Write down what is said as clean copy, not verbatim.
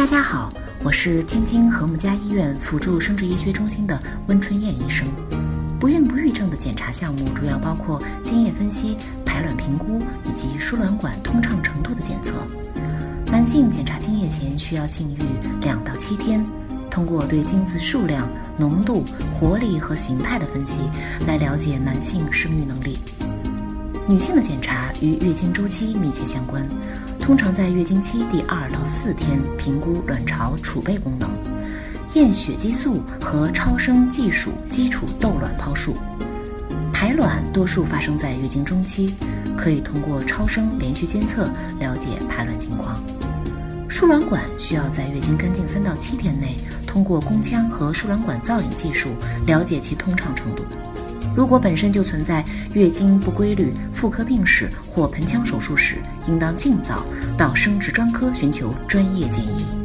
大家好，我是天津和睦家医院辅助生殖医学中心的温春燕医生。不孕不育症的检查项目主要包括精液分析、排卵评估以及输卵管通畅程度的检测。男性检查精液前需要禁欲2到7天，通过对精子数量、浓度、活力和形态的分析来了解男性生育能力。女性的检查与月经周期密切相关，通常在月经期第2到4天评估卵巢储备功能，验血激素和超声技术基础窦卵泡数。排卵多数发生在月经中期，可以通过超声连续监测了解排卵情况。输卵管需要在月经干净3到7天内，通过宫腔和输卵管造影技术了解其通畅程度。如果本身就存在月经不规律、妇科病史或盆腔手术史，应当尽早到生殖专科寻求专业建议。